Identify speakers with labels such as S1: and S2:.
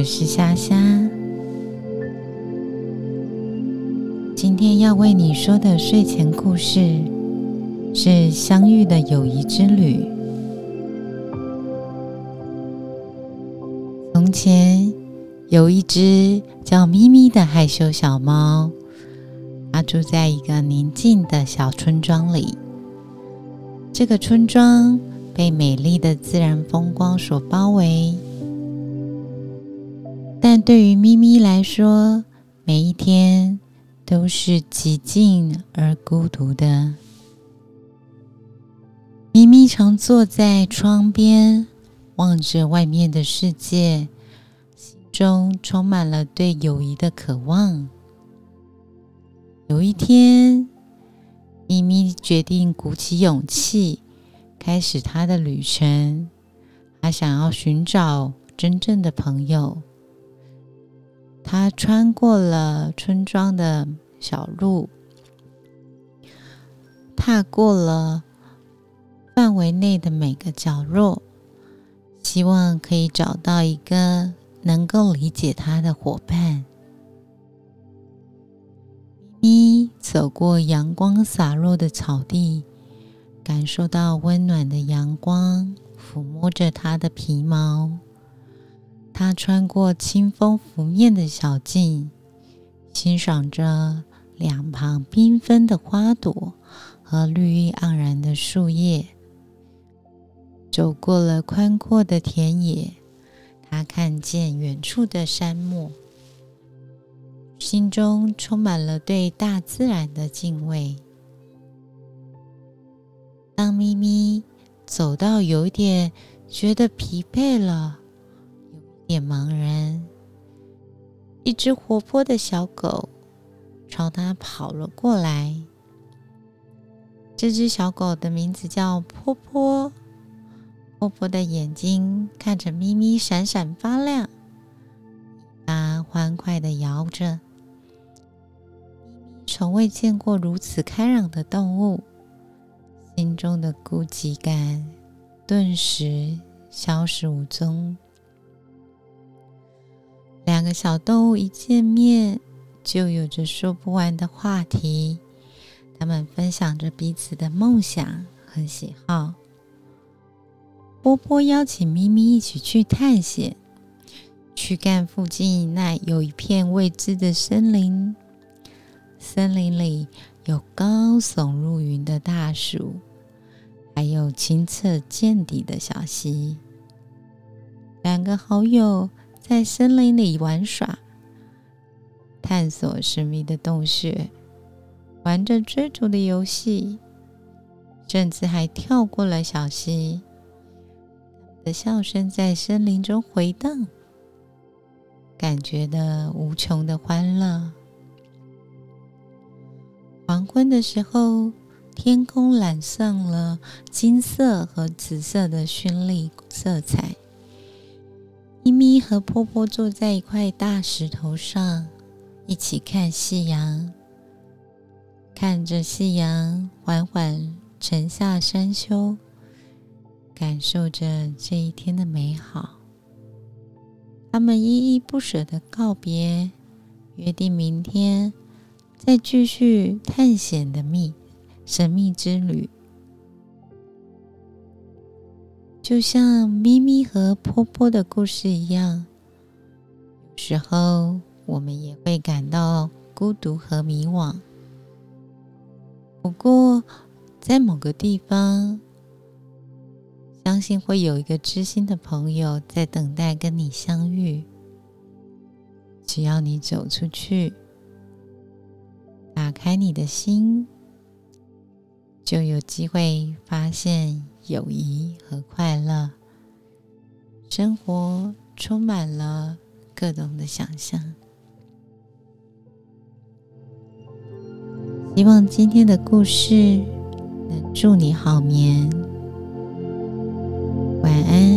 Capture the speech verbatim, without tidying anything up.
S1: 是虾虾。今天要为你说的睡前故事是相遇的友谊之旅。从前有一只叫咪咪的害羞小猫，它住在一个宁静的小村庄里。这个村庄被美丽的自然风光所包围，但对于咪咪来说，每一天都是寂静而孤独的。咪咪常坐在窗边，望着外面的世界，心中充满了对友谊的渴望。有一天，咪咪决定鼓起勇气，开始她的旅程。她想要寻找真正的朋友。她穿过了村庄的小路，踏过了范围内的每个角落，希望可以找到一个能够理解她的伙伴。咪咪走过阳光洒落的草地，感受到温暖的阳光抚摸着她的皮毛。她穿过清风拂面的小径，欣赏着两旁缤纷的花朵和绿意盎然的树叶。走过了宽阔的田野，她看见远处的山漠，心中充满了对大自然的敬畏。当咪咪走到有点觉得疲惫了，有一点茫然，一只活泼的小狗朝它跑了过来。这只小狗的名字叫波波，波波的眼睛看着咪咪闪闪发亮，它欢快地摇着。从未见过如此开朗的动物，心中的孤寂感顿时消失无踪。两个小动物一见面就有着说不完的话题，他们分享着彼此的梦想和喜好。波波邀请咪咪一起去探险，去看附近那有一片未知的森林。森林里有高耸入云的大树，还有清澈见底的小溪。两个好友在森林里玩耍，探索神秘的洞穴，玩着追逐的游戏，甚至还跳过了小溪。他们的笑声在森林中回荡，感觉到无穷的欢乐。黄昏的时候，天空染上了金色和紫色的绚丽色彩。咪咪和波波坐在一块大石头上，一起看夕阳。看着夕阳缓缓沉下山丘，感受着这一天的美好。他们依依不舍地告别，约定明天再继续探险的秘神秘之旅。就像咪咪和波波的故事一样，有时候我们也会感到孤独和迷惘。不过在某个地方，相信会有一个知心的朋友在等待跟你相遇。只要你走出去，打开你的心，就有机会发现友谊和快乐。生活充满了各种的想象。希望今天的故事能助你好眠。晚安。